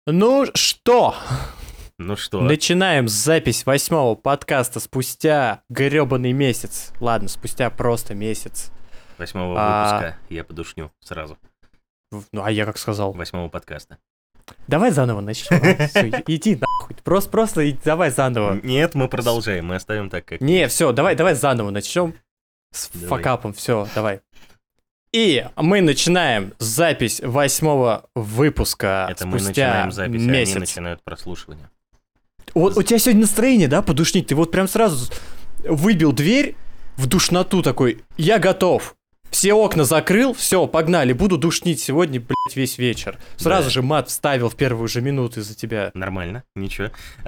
Ну что, Ну что, начинаем запись 8-го подкаста спустя грёбаный месяц. Ладно, спустя просто месяц. 8-го выпуска я подушню сразу. Ну, а я как сказал? 8-го подкаста. Давай заново начнем. Всё, иди нахуй. Просто давай заново. Нет, мы продолжаем, мы оставим так, как... Не, все, давай заново начнем. С Давай. факапом, все, давай. И мы начинаем запись 8-го выпуска Это мы спустя начинаем запись, месяц. а они начинают прослушивание. Вот у тебя сегодня настроение, да, подушнить? Ты вот прям сразу выбил дверь в душноту такой, я готов. Все окна закрыл, все, погнали, буду душнить сегодня, блядь, весь вечер. Сразу Да. же мат вставил в первую же минуту из-за тебя. Нормально, ничего.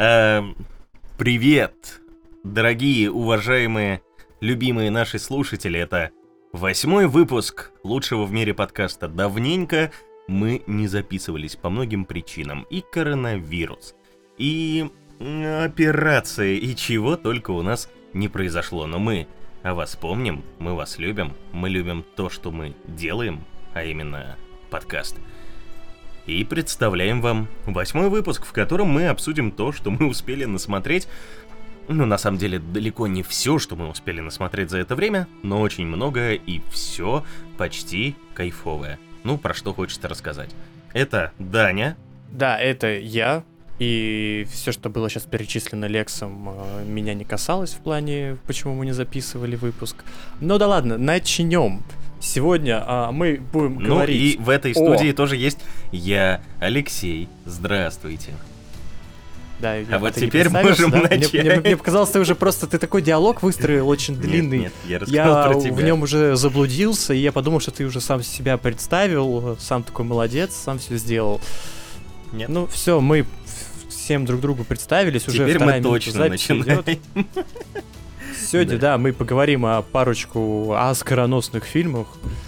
Привет, дорогие, уважаемые, любимые наши слушатели. Это 8-й выпуск лучшего в мире подкаста. Давненько мы не записывались по многим причинам. И коронавирус, и операция, и чего только у нас не произошло. Но мы о вас помним, мы вас любим, мы любим то, что мы делаем, а именно подкаст. И представляем вам 8-й выпуск, в котором мы обсудим то, что мы успели насмотреть. Ну, на самом деле, далеко не все, что мы успели насмотреть за это время, но очень многое и все почти кайфовое. Ну, про что хочется рассказать. Это Даня. Да, это я. И все, что было сейчас перечислено Лексом, меня не касалось в плане, почему мы не записывали выпуск. Ну да ладно, начнем. Сегодня мы будем говорить. И в этой студии тоже есть я, Алексей. Здравствуйте. Да, А вот ты не теперь представился, можем да? начать. Мне показалось, ты такой диалог выстроил очень длинный. Нет, я рассказал Я про тебя. в нем уже заблудился, и я подумал, что ты уже сам себя представил, сам такой молодец, сам все сделал. Нет. Ну все, мы всем друг другу представились, уже Теперь вторая мы минута точно записи начинаем. идет. Сегодня, да, мы поговорим о парочку оскароносных фильмах,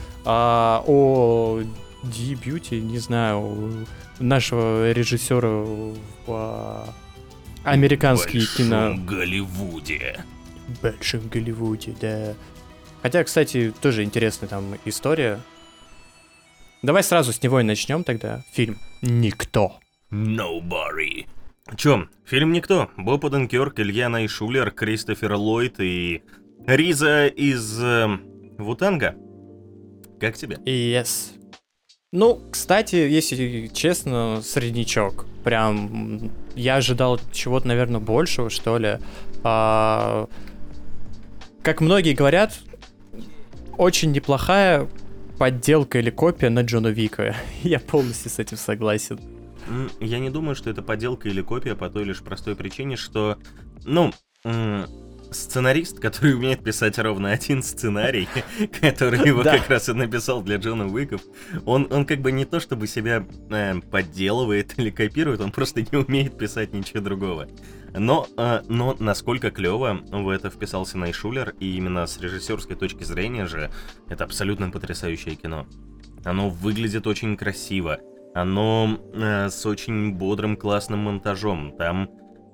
о дебюте, не знаю, нашего режиссера в американские кино. В Голливуде. В большом Голливуде, да. Хотя, кстати, тоже интересная там история. Давай сразу с него и начнем тогда. Фильм «Никто». Nobody. Чё, фильм «Никто». Боб Оденкёрк, Илья Найшулер, Кристофер Ллойд и Риза из Вутанга. Как тебе? Yes. Ну, кстати, если честно, среднячок. Прям я ожидал чего-то, наверное, большего, что ли. Как многие говорят, очень неплохая подделка или копия на Джона Вика. Я полностью с этим согласен. Я не думаю, что это подделка или копия по той лишь простой причине, что, сценарист, который умеет писать ровно один сценарий, который его как раз и написал для Джона Уиков, он как бы не то чтобы себя подделывает или копирует, он просто не умеет писать ничего другого. Но насколько клево в это вписался Найшулер, и именно с режиссерской точки зрения же, это абсолютно потрясающее кино. Оно выглядит очень красиво, оно с очень бодрым классным монтажом, там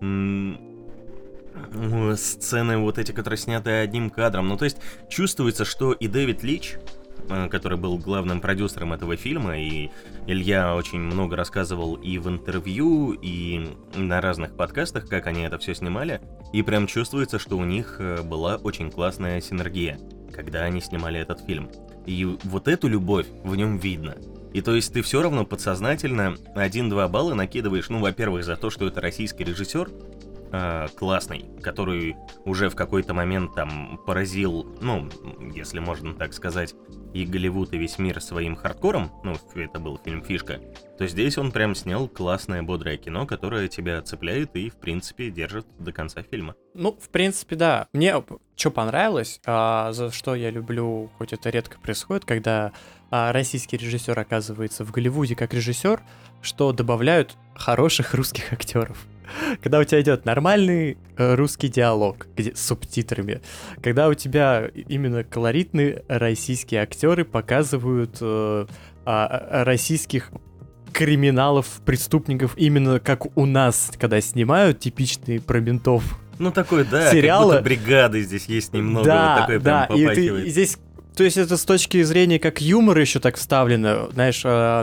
сцены вот эти, которые сняты одним кадром. Ну, то есть чувствуется, что и Дэвид Лич, который был главным продюсером этого фильма, и Илья очень много рассказывал и в интервью, и на разных подкастах, как они это все снимали, и прям чувствуется, что у них была очень классная синергия, когда они снимали этот фильм. И вот эту любовь в нем видно. И то есть ты все равно подсознательно 1-2 балла накидываешь, ну, во-первых, за то, что это российский режиссер, классный, который уже в какой-то момент там поразил, ну, если можно так сказать, и Голливуд, и весь мир своим хардкором, ну, это был фильм «Фишка», то здесь он прям снял классное, бодрое кино, которое тебя цепляет и, в принципе, держит до конца фильма. Ну, в принципе, да. Мне что понравилось, за что я люблю, хоть это редко происходит, когда российский режиссер оказывается в Голливуде как режиссер, что добавляют хороших русских актеров. Когда у тебя идет нормальный русский диалог с субтитрами, когда у тебя именно колоритные российские актеры показывают российских криминалов, преступников, именно как у нас, когда снимают типичные про ментов. Ну такой, да, сериалы. Как будто бригады здесь есть немного, да, вот такой да, прям попахивает. И здесь, то есть это с точки зрения как юмора еще так вставлено, знаешь,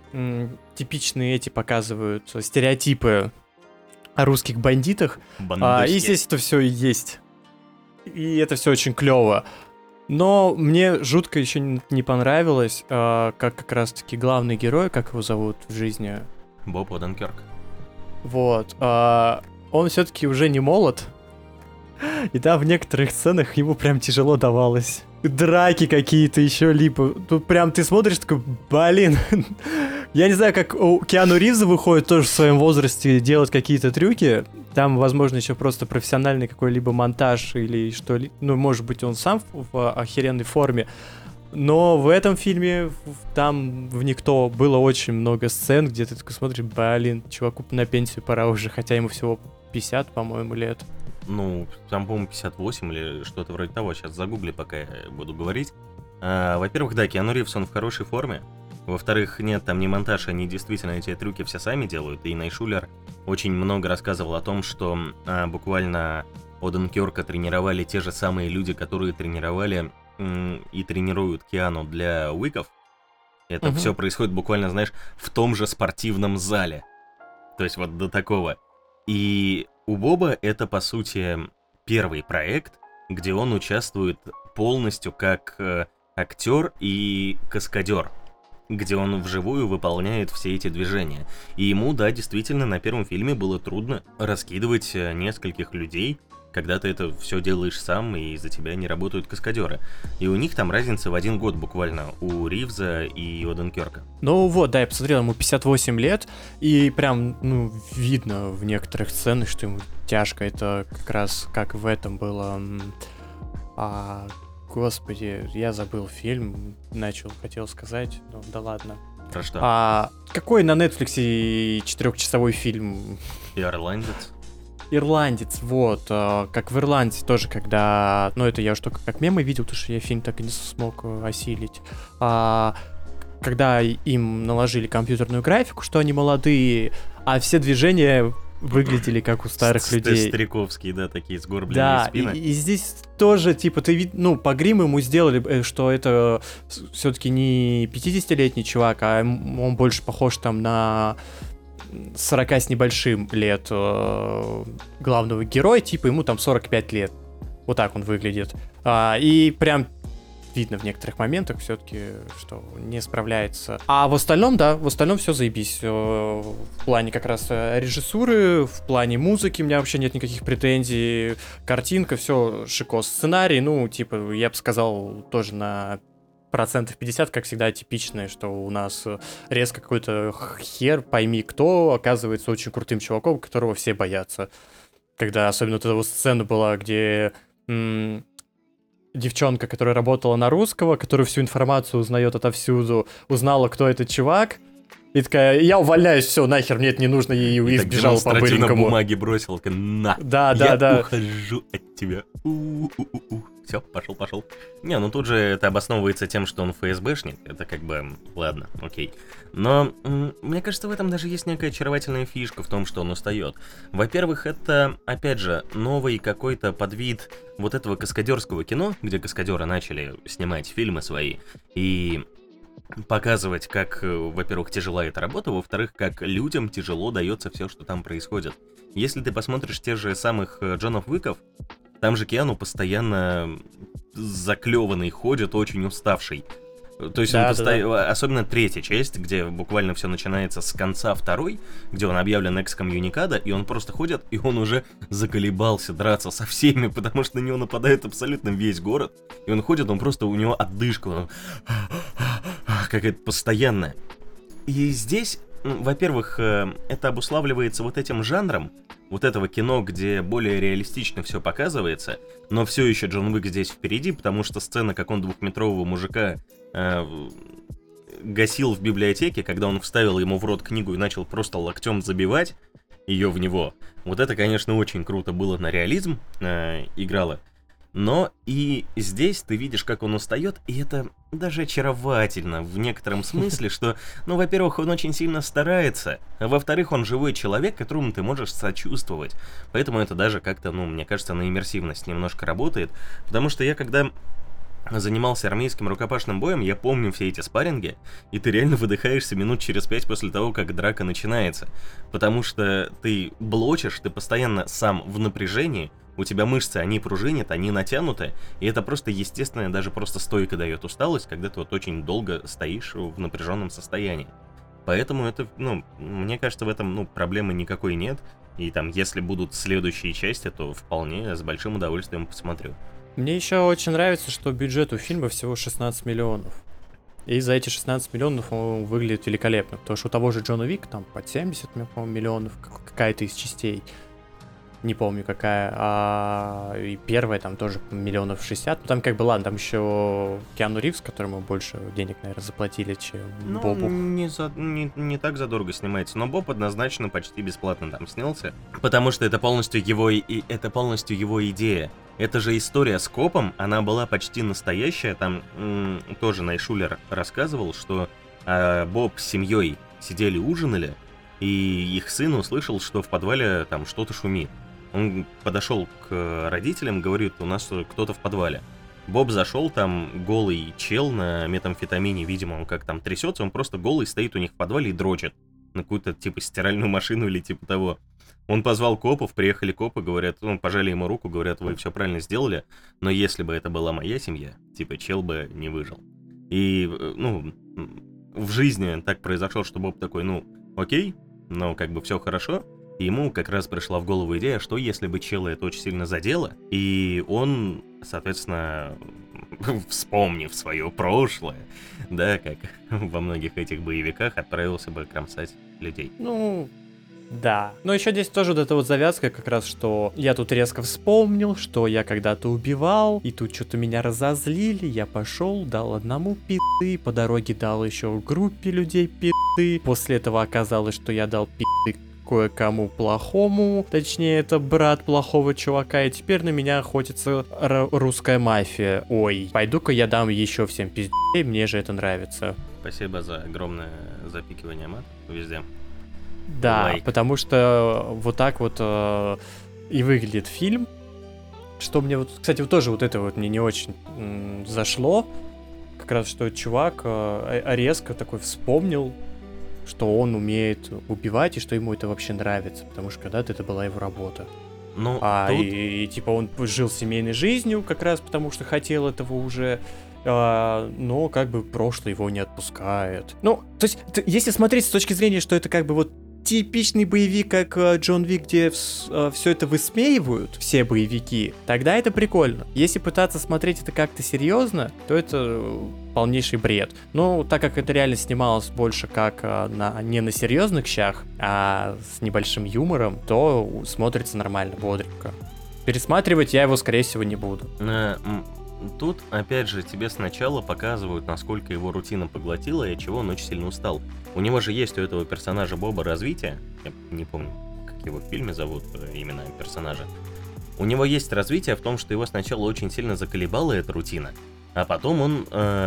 типичные эти показывают стереотипы о русских бандитах. И здесь это все и есть. И это все очень клево. Но мне жутко еще не понравилось, как раз-таки главный герой, как его зовут в жизни? Боб Оденкерк. Вот. Он все-таки уже не молод. И да, в некоторых сценах ему прям тяжело давалось. Драки какие-то еще либо. Тут прям ты смотришь, такой, блин. Я не знаю, как у Киану Ривза выходит тоже в своем возрасте делать какие-то трюки. Там, возможно, еще просто профессиональный какой-либо монтаж или что-либо. Ну, может быть, он сам в охеренной форме. Но в этом фильме, там в «Никто» было очень много сцен, где ты такой смотришь, блин, чуваку на пенсию пора уже, хотя ему всего 50, по-моему, лет. Ну, там, по-моему, 58 или что-то вроде того. Сейчас загугли, пока я буду говорить. Во-первых, да, Киану Ривз, он в хорошей форме. Во-вторых, нет, там не монтаж, они действительно эти трюки все сами делают. И Найшулер очень много рассказывал о том, что буквально Оденкерка тренировали те же самые люди, которые тренировали и тренируют Киану для Уиков. Это все происходит буквально, знаешь, в том же спортивном зале. То есть вот до такого. И у Боба это, по сути, первый проект, где он участвует полностью как актер и каскадер, где он вживую выполняет все эти движения. И ему, да, действительно, на первом фильме было трудно раскидывать нескольких людей, когда ты это все делаешь сам, и за тебя не работают каскадеры. И у них там разница в 1 год буквально, у Ривза и Оденкерка. Ну вот, да, я посмотрел, ему 58 лет, и прям, ну, видно в некоторых сценах, что ему тяжко. Это как раз как в этом было... Господи, я забыл фильм, хотел сказать, ну да ладно. Про что? Какой на Netflix 4-часовой фильм? Ирландец? Ирландец, вот, как в Ирландце тоже, когда, ну это я уж только как мемы видел, потому что я фильм так и не смог осилить, когда им наложили компьютерную графику, что они молодые, а все движения выглядели как у старых людей. Стариковские, да, такие сгорбленные спины. Да, и здесь тоже, типа, по гриму ему сделали, что это все-таки не 50-летний чувак, а он больше похож там на 40 с небольшим лет главного героя, типа, ему там 45 лет. Вот так он выглядит. И прям видно в некоторых моментах все-таки, что не справляется. А в остальном, да, все заебись. В плане как раз режиссуры, в плане музыки у меня вообще нет никаких претензий. Картинка, все шикос. Сценарий, ну, типа, я бы сказал, тоже на 50%, как всегда, типичное, что у нас резко какой-то хер, пойми кто, оказывается очень крутым чуваком, которого все боятся. Когда особенно вот эта вот сцена была, где... девчонка, которая работала на русского, которая всю информацию узнает отовсюду, узнала, кто этот чувак, и такая, я увольняюсь, все, нахер, мне это не нужно, и сбежала по-быренькому. Бумаги бросил, такая, на, да, я ухожу от тебя. Все, пошел. Не, ну тут же это обосновывается тем, что он ФСБшник, это как бы, ладно, окей. Но мне кажется, в этом даже есть некая очаровательная фишка в том, что он устает. Во-первых, это, опять же, новый какой-то подвид вот этого каскадерского кино, где каскадеры начали снимать фильмы свои и показывать, как, во-первых, тяжела эта работа, во-вторых, как людям тяжело дается все, что там происходит. Если ты посмотришь те же самых Джонов Уиков, там же Киану постоянно заклеванный ходит, очень уставший. То есть да, да. Особенно третья часть, где буквально все начинается с конца второй, где он объявлен экскоммуникадо, и он просто ходит, и он уже заколебался драться со всеми, потому что на него нападает абсолютно весь город. И он ходит, он просто, у него отдышка, он какая-то постоянная. И здесь, во-первых, это обуславливается вот этим жанром, вот этого кино, где более реалистично все показывается, но все еще Джон Уик здесь впереди, потому что сцена, как он 2-метрового мужика гасил в библиотеке, когда он вставил ему в рот книгу и начал просто локтем забивать ее в него, вот это, конечно, очень круто было, на реализм играло. Но и здесь ты видишь, как он устает, и это даже очаровательно в некотором смысле, что, ну, во-первых, он очень сильно старается, а во-вторых, он живой человек, которому ты можешь сочувствовать. Поэтому это даже как-то, ну, мне кажется, на иммерсивность немножко работает, потому что я когда занимался армейским рукопашным боем, я помню все эти спарринги, и ты реально выдыхаешься минут через 5 после того, как драка начинается. Потому что ты блочишь, ты постоянно сам в напряжении, у тебя мышцы, они пружинят, они натянуты, и это просто естественная, даже просто стойка дает усталость, когда ты вот очень долго стоишь в напряженном состоянии. Поэтому это, мне кажется, в этом, проблемы никакой нет, и там, если будут следующие части, то вполне с большим удовольствием посмотрю. Мне еще очень нравится, что бюджет у фильма всего 16 миллионов. И за эти 16 миллионов он выглядит великолепно. Потому что у того же Джона Уик там под 70, по-моему, миллионов какая-то из частей. Не помню какая. И первая там тоже миллионов 60. Ну там как бы ладно, там еще Киану Ривз, которому больше денег, наверное, заплатили, чем Бобу. Не так задорого снимается, но Боб однозначно почти бесплатно там снялся. Потому что это полностью его идея. Это же история с копом, она была почти настоящая. Там тоже Найшулер рассказывал, что Боб с семьей сидели ужинали, и их сын услышал, что в подвале там что-то шумит. Он подошел к родителям, говорит, у нас кто-то в подвале. Боб зашел, там голый чел на метамфетамине, видимо, он как там трясется, он просто голый стоит у них в подвале и дрочит на какую-то типа стиральную машину или типа того. Он позвал копов, приехали копы, говорят, пожали ему руку, говорят, вы все правильно сделали, но если бы это была моя семья, типа чел бы не выжил. И, в жизни так произошло, что Боб такой, окей, но как бы все хорошо. И ему как раз пришла в голову идея, что если бы чела это очень сильно задело, и он, соответственно, вспомнив свое прошлое, да, как во многих этих боевиках, отправился бы кромсать людей. Да. Но еще здесь тоже вот эта вот завязка как раз, что я тут резко вспомнил, что я когда-то убивал, и тут что-то меня разозлили, я пошел, дал одному пизды, по дороге дал еще группе людей пизды, после этого оказалось, что я дал пизды кое-кому плохому, точнее это брат плохого чувака, и теперь на меня охотится русская мафия. Ой, пойду-ка я дам еще всем пиздей, мне же это нравится. Спасибо за огромное запикивание мат везде. Да, потому что вот так вот и выглядит фильм, что мне вот, кстати, вот тоже вот это вот мне не очень зашло, как раз что чувак резко такой вспомнил, что он умеет убивать и что ему это вообще нравится, потому что когда-то это была его работа. И типа он жил семейной жизнью как раз потому, что хотел этого уже, но как бы прошлое его не отпускает. То есть, если смотреть с точки зрения, что это как бы вот типичный боевик, как Джон Уик, где все это высмеивают, все боевики, тогда это прикольно. Если пытаться смотреть это как-то серьезно, то это полнейший бред. Но так как это реально снималось больше как не на серьезных щах, а с небольшим юмором, то смотрится нормально, бодренько. Пересматривать я его, скорее всего, не буду. Тут, опять же, тебе сначала показывают, насколько его рутина поглотила и от чего он очень сильно устал. У него же есть у этого персонажа Боба развитие. Я не помню, как его в фильме зовут, именно персонажа. У него есть развитие в том, что его сначала очень сильно заколебала эта рутина, а потом он...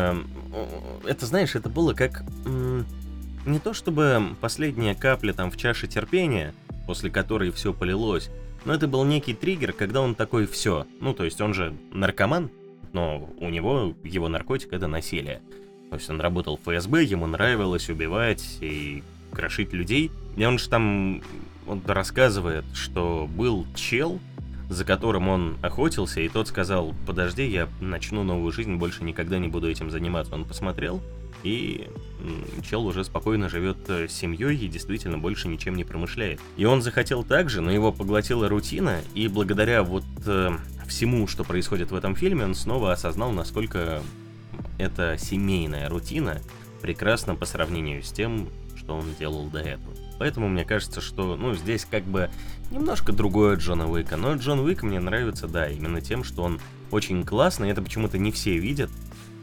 это, знаешь, это было как... не то чтобы последняя капля там в чаше терпения, после которой все полилось, но это был некий триггер, когда он такой все. То есть он же наркоман, но у него его наркотик — это насилие. То есть он работал в ФСБ, ему нравилось убивать и крошить людей. И он же там рассказывает, что был чел, за которым он охотился, и тот сказал: подожди, я начну новую жизнь, больше никогда не буду этим заниматься. Он посмотрел, и чел уже спокойно живет с семьей и действительно больше ничем не промышляет. И он захотел так же, но его поглотила рутина, и благодаря всему, что происходит в этом фильме, он снова осознал, насколько эта семейная рутина прекрасна по сравнению с тем, что он делал до этого. Поэтому мне кажется, что, здесь как бы немножко другое Джона Уика. Но Джон Уик мне нравится, да, именно тем, что он очень классный, это почему-то не все видят.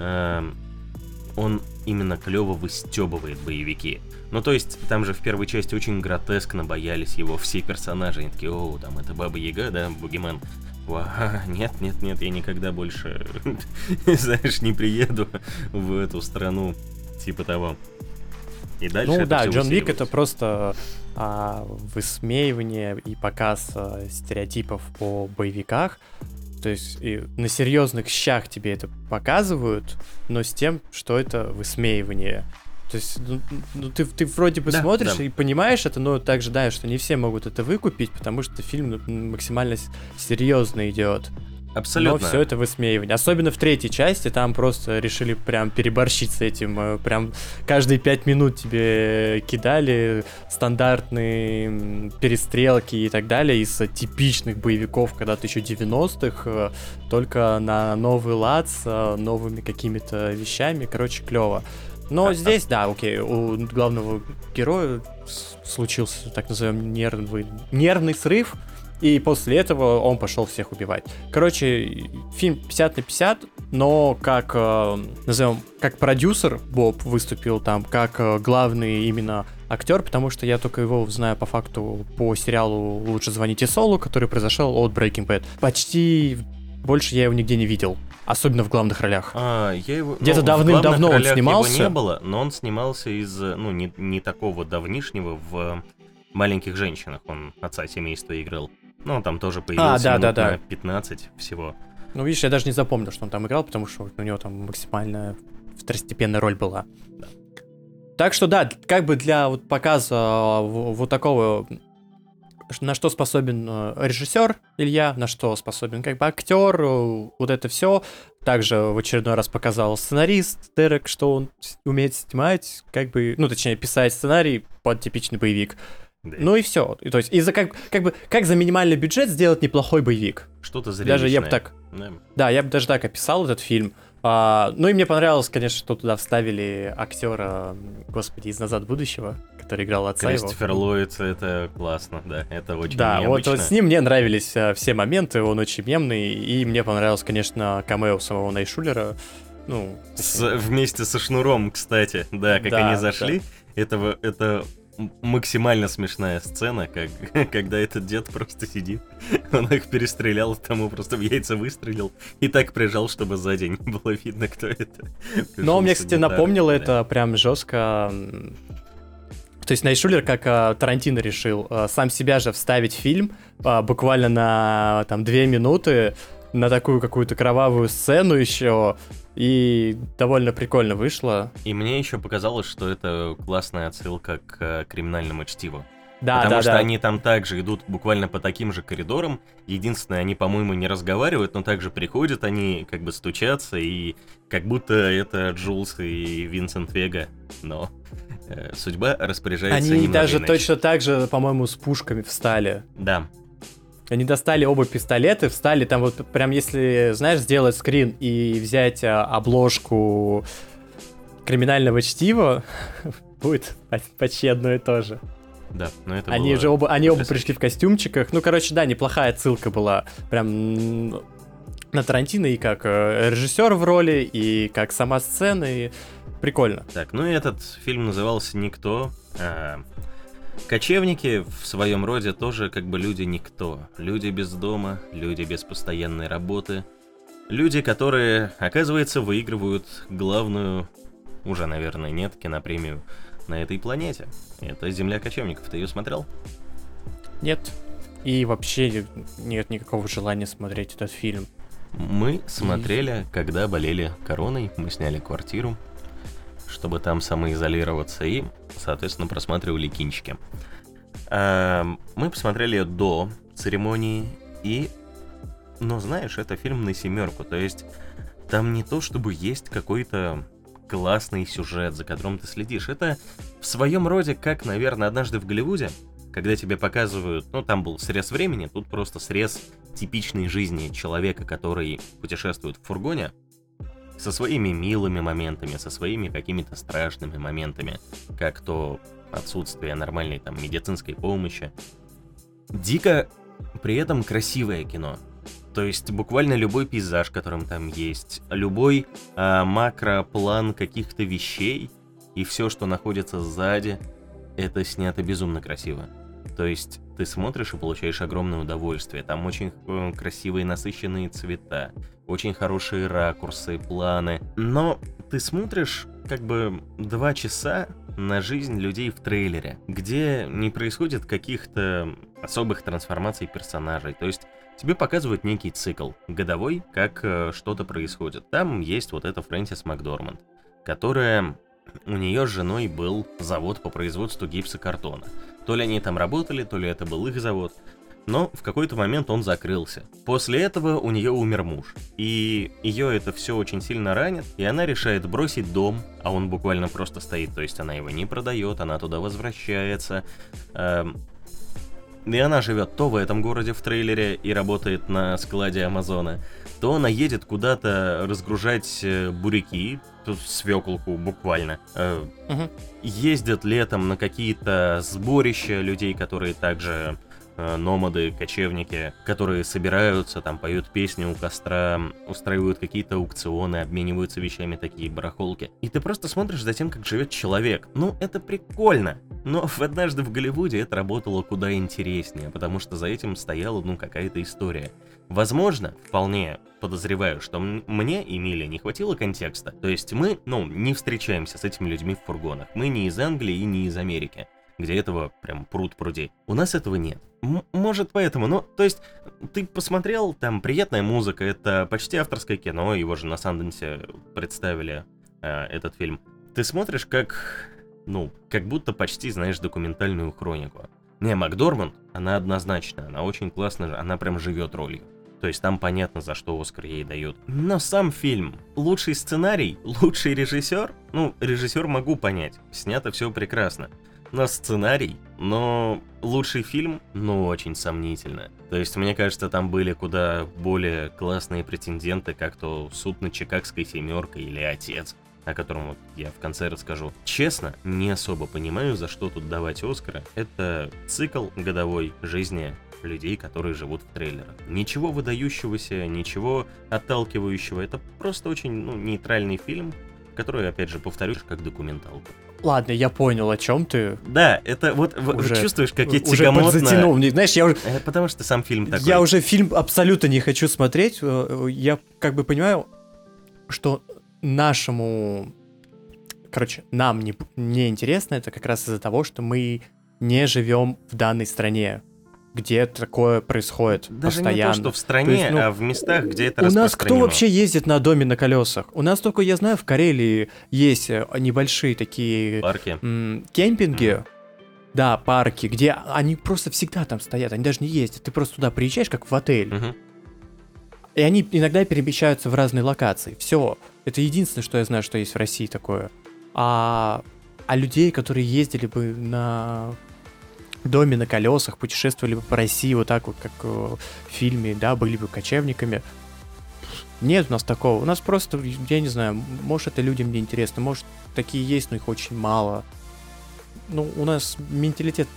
Он именно клево выстебывает боевики. То есть, там же в первой части очень гротескно боялись его все персонажи. Они такие: о, там это Баба Яга, да, Бугимен. Нет, я никогда больше, знаешь, не приеду в эту страну, типа того. И дальше Джон Уик — это просто высмеивание и показ стереотипов о боевиках. То есть и на серьезных щах тебе это показывают, но с тем, что это высмеивание. То есть, ты вроде бы смотришь и понимаешь это, но также, да, что не все могут это выкупить, потому что фильм максимально серьезно идет. Абсолютно. Но все это высмеивание. Особенно в третьей части, там просто решили прям переборщить с этим. Прям каждые 5 минут тебе кидали стандартные перестрелки и так далее из типичных боевиков, когда-то еще 90-х, только на новый лад с новыми какими-то вещами. Короче, клево. Но здесь, да, окей, у главного героя случился, так называемый, нервный срыв, и после этого он пошел всех убивать. Короче, фильм 50/50, но как, назовем, как продюсер Боб выступил там, как главный именно актер, потому что я только его знаю по факту по сериалу «Лучше звоните Солу», который произошел от Breaking Bad. Почти больше я его нигде не видел. Особенно в главных ролях. Где-то давным-давно он снимался. Его не было, но он снимался из, не такого давнишнего в «Маленьких женщинах». Он отца семейства играл. Ну, он там тоже появился минут на 15 всего. Ну, видишь, я даже не запомнил, что он там играл, потому что у него там максимально второстепенная роль была. Да. Так что, да, как бы для вот показа вот такого... На что способен режиссер Илья, на что способен как бы актер, вот это все. Также в очередной раз показал сценарист Дерек, что он умеет снимать, как бы, ну, точнее, писать сценарий под типичный боевик. Да. Ну и все. То есть, как за минимальный бюджет сделать неплохой боевик. Что-то зрелищное. Даже я бы так... Да, я бы даже так описал этот фильм. Ну и мне понравилось, конечно, что туда вставили актера, господи, из «Назад в будущего», который играл отца его. Кристофер Ллойд, это классно, да, это очень необычно. Да, вот с ним мне нравились все моменты, он очень мемный, и мне понравилось, конечно, камео самого Найшулера. Ну, вместе со Шнуром, кстати, да, как они зашли, да. Это максимально смешная сцена, когда этот дед просто сидит, он их перестрелял, тому просто в яйца выстрелил и так прижал, чтобы сзади не было видно, кто это. Но мне, кстати, напомнило это прям жестко. То есть Найшулер, как Тарантино решил, сам себя же вставить в фильм буквально на там 2 минуты, на такую какую-то кровавую сцену еще, и довольно прикольно вышло. И мне еще показалось, что это классная отсылка к «Криминальному чтиву». Да, потому что они там также идут буквально по таким же коридорам. Единственное, они, по-моему, не разговаривают, но также приходят, они как бы стучатся, и как будто это Джулс и Винсент Вега, но судьба распоряжается немного иначе. Они даже иначе. точно так же, по-моему, с пушками встали. Да. Они достали оба пистолеты, встали там вот прям, если, знаешь, сделать скрин и взять обложку «Криминального чтива», будет почти одно и то же. Да, но это они оба пришли в костюмчиках. Ну, короче, да, неплохая отсылка была. Прям на Тарантино и как режиссер в роли, и как сама сцена, и прикольно. Так, ну и этот фильм назывался «Никто». Кочевники в своем роде тоже как бы люди-никто. Люди без дома, люди без постоянной работы. Люди, которые, оказывается, выигрывают главную, уже, наверное, нет, кинопремию на этой планете. Это «Земля кочевников». Ты ее смотрел? Нет. И вообще нет никакого желания смотреть этот фильм. Мы смотрели, когда болели короной. Мы сняли квартиру, чтобы там самоизолироваться, и, соответственно, просматривали кинчики. Мы посмотрели ее до церемонии, и, ну, знаешь, это фильм на 7, то есть там не то, чтобы есть какой-то классный сюжет, за которым ты следишь. Это в своем роде, как, наверное, «Однажды в Голливуде», когда тебе показывают, ну, там был срез времени, тут просто срез типичной жизни человека, который путешествует в фургоне, со своими милыми моментами, со своими какими-то страшными моментами, как то отсутствие нормальной там медицинской помощи. Дико при этом красивое кино. То есть буквально любой пейзаж, которым там есть, любой макроплан каких-то вещей и все, что находится сзади, это снято безумно красиво. То есть ты смотришь и получаешь огромное удовольствие. Там очень красивые насыщенные цвета, очень хорошие ракурсы, планы. Но ты смотришь как бы 2 часа на жизнь людей в трейлере, где не происходит каких-то особых трансформаций персонажей. То есть тебе показывают некий цикл годовой, как что-то происходит. Там есть вот эта Фрэнсис Макдорманд, которая... У нее с женой был завод по производству гипсокартона. То ли они там работали, то ли это был их завод. Но в какой-то момент он закрылся. После этого у нее умер муж. И ее это все очень сильно ранит, и она решает бросить дом, а он буквально просто стоит, то есть она его не продает, она туда возвращается. И она живет то в этом городе в трейлере и работает на складе Амазона, то она едет куда-то разгружать буряки, тут свеколку буквально. Ездят летом на какие-то сборища людей, которые также номады, кочевники, которые собираются, там поют песни у костра, устраивают какие-то аукционы, обмениваются вещами, такие барахолки. И ты просто смотришь за тем, как живет человек. Ну, это прикольно. Но однажды в Голливуде это работало куда интереснее, потому что за этим стояла, какая-то история. Возможно, вполне подозреваю, что мне и Миле не хватило контекста. То есть мы, не встречаемся с этими людьми в фургонах. Мы не из Англии и не из Америки, где этого прям пруд-пруди. У нас этого нет. Может поэтому, то есть ты посмотрел, там приятная музыка, это почти авторское кино, его же на Санденсе представили, этот фильм. Ты смотришь как будто почти знаешь документальную хронику. Не, Макдорманд, она однозначно, она очень классная, она прям живет ролью. То есть там понятно, за что Оскар ей дают. Но сам фильм, лучший сценарий, лучший режиссер, режиссер могу понять, снято все прекрасно. Но сценарий, лучший фильм, очень сомнительно. То есть, мне кажется, там были куда более классные претенденты, как то «Суд над Чикагской семеркой» или «Отец», о котором я в конце расскажу. Честно, не особо понимаю, за что тут давать Оскара. Это цикл годовой жизни людей, которые живут в трейлерах. Ничего выдающегося, ничего отталкивающего. Это просто очень нейтральный фильм, который, опять же, повторюсь, как документалку. Ладно, я понял, о чем ты. Да, это уже чувствуешь, как я уже тягомотно... подзатянул. Знаешь, я уже... Потому что сам фильм такой. Я уже фильм абсолютно не хочу смотреть. Я понимаю, что нам не интересно это как раз из-за того, что мы не живем в данной стране, где такое происходит даже постоянно. Не то, что в стране, есть, а в местах, где это распространено. У нас кто вообще ездит на доме на колесах? У нас только, я знаю, в Карелии есть небольшие такие... Парки. Кемпинги. Да, парки, где они просто всегда там стоят, они даже не ездят. Ты просто туда приезжаешь, как в отель. И они иногда перемещаются в разные локации. Все. Это единственное, что я знаю, что есть в России такое. А людей, которые ездили бы на доме на колесах, путешествовали бы по России вот так вот, как в фильме, да, были бы кочевниками. Нет у нас такого. У нас просто, я не знаю, может, это людям не интересно, может, такие есть, но их очень мало. У нас менталитет.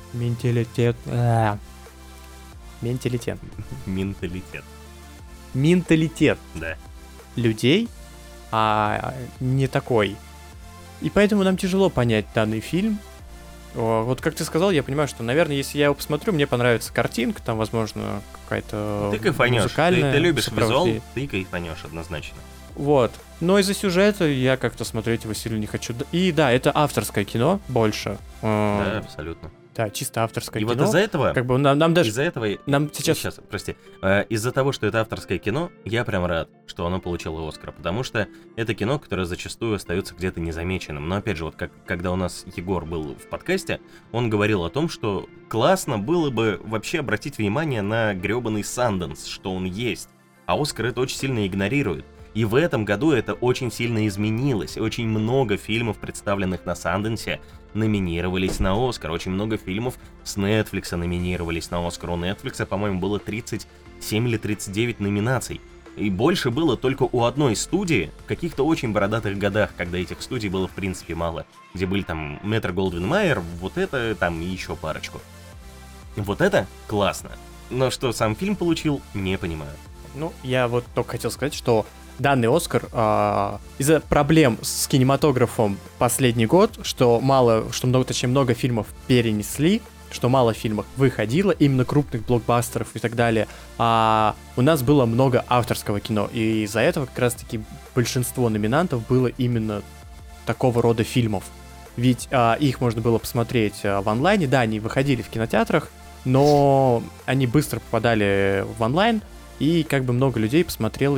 Да. Людей, не такой. И поэтому нам тяжело понять данный фильм. Вот как ты сказал, я понимаю, что, наверное, если я его посмотрю, мне понравится картинка, там, возможно, какая-то ты кайфанешь. Музыкальная. Ты любишь визуал, ты кайфанешь однозначно. Вот. Но из-за сюжета я как-то смотреть его сильно не хочу. И да, это авторское кино больше. Да, абсолютно. Да, чисто авторское кино. И вот из-за этого... нам даже... Из-за этого... Нам сейчас... прости. Из-за того, что это авторское кино, я прям рад, что оно получило Оскар, потому что это кино, которое зачастую остается где-то незамеченным. Но опять же, вот когда у нас Егор был в подкасте, он говорил о том, что классно было бы вообще обратить внимание на гребаный Санденс, что он есть. А Оскар это очень сильно игнорирует. И в этом году это очень сильно изменилось. Очень много фильмов, представленных на Санденсе, номинировались на Оскар. Очень много фильмов с Netflix номинировались на Оскар. У Netflix, по-моему, было 37 или 39 номинаций. И больше было только у одной студии в каких-то очень бородатых годах, когда этих студий было в принципе мало. Где были там Метро-Голдвин-Майер, вот это, там и еще парочку. Вот это классно. Но что сам фильм получил, не понимаю. Я вот только хотел сказать, что данный Оскар из-за проблем с кинематографом последний год, что много фильмов перенесли, что мало фильмов выходило, именно крупных блокбастеров и так далее, а у нас было много авторского кино, и из-за этого как раз-таки большинство номинантов было именно такого рода фильмов. Ведь их можно было посмотреть в онлайне, да, они выходили в кинотеатрах, но они быстро попадали в онлайн, и как бы много людей посмотрело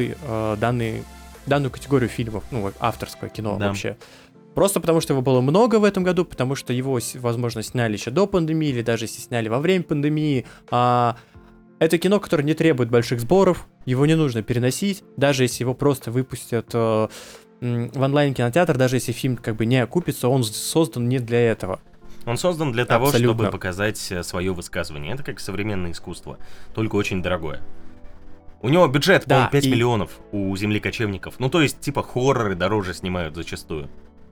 данную категорию фильмов, ну, авторское кино вообще. Просто потому, что его было много в этом году, потому что его, возможно, сняли еще до пандемии, или даже если сняли во время пандемии. Это кино, которое не требует больших сборов, его не нужно переносить, даже если его просто выпустят в онлайн-кинотеатр, даже если фильм как бы не окупится, он создан не для этого. Он создан для того, чтобы показать свое высказывание. Это как современное искусство, только очень дорогое. У него бюджет, по-моему, 5 миллионов у «Земли кочевников». Ну, то есть, типа, хорроры дороже снимают зачастую.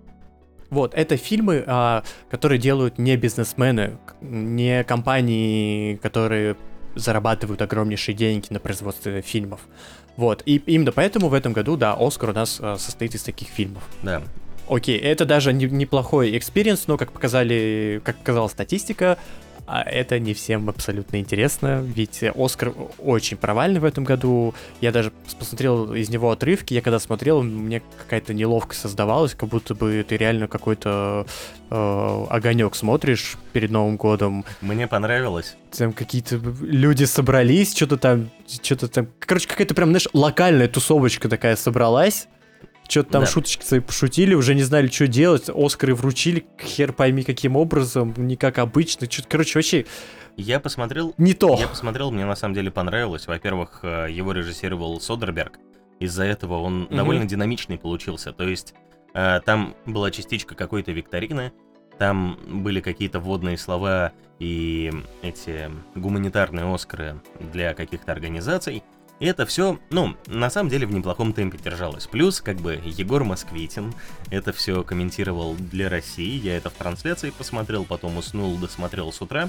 Вот, это фильмы, которые делают не бизнесмены, не компании, которые зарабатывают огромнейшие деньги на производстве фильмов. Вот, и именно поэтому в этом году, да, «Оскар» у нас состоит из таких фильмов. Да. Окей, это даже неплохой экспириенс, но, как показала статистика, это не всем абсолютно интересно, ведь «Оскар» очень провальный в этом году. Я даже посмотрел из него отрывки, я когда смотрел, мне какая-то неловкость создавалась, как будто бы ты реально какой-то огонек смотришь перед Новым годом. Мне понравилось. Там какие-то люди собрались, что-то там, короче, какая-то прям, знаешь, локальная тусовочка такая собралась. Что-то там шуточки свои пошутили, уже не знали, что делать. Оскары вручили, хер пойми каким образом, не как обычно. Что-то, короче, вообще... Я посмотрел, мне на самом деле понравилось. Во-первых, его режиссировал Содерберг. Из-за этого он довольно динамичный получился. То есть там была частичка какой-то викторины, там были какие-то вводные слова и эти гуманитарные Оскары для каких-то организаций. И это все, на самом деле в неплохом темпе держалось. Плюс, как бы, Егор Москвитин это все комментировал для России. Я это в трансляции посмотрел, потом уснул, досмотрел с утра.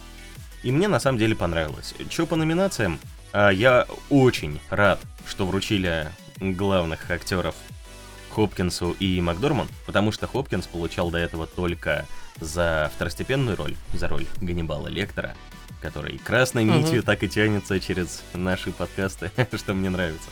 И мне на самом деле понравилось. Чё по номинациям? Я очень рад, что вручили главных актеров Хопкинсу и Макдорманд, потому что Хопкинс получал до этого только за второстепенную роль, за роль Ганнибала Лектора, который красной нитью так и тянется через наши подкасты, что мне нравится.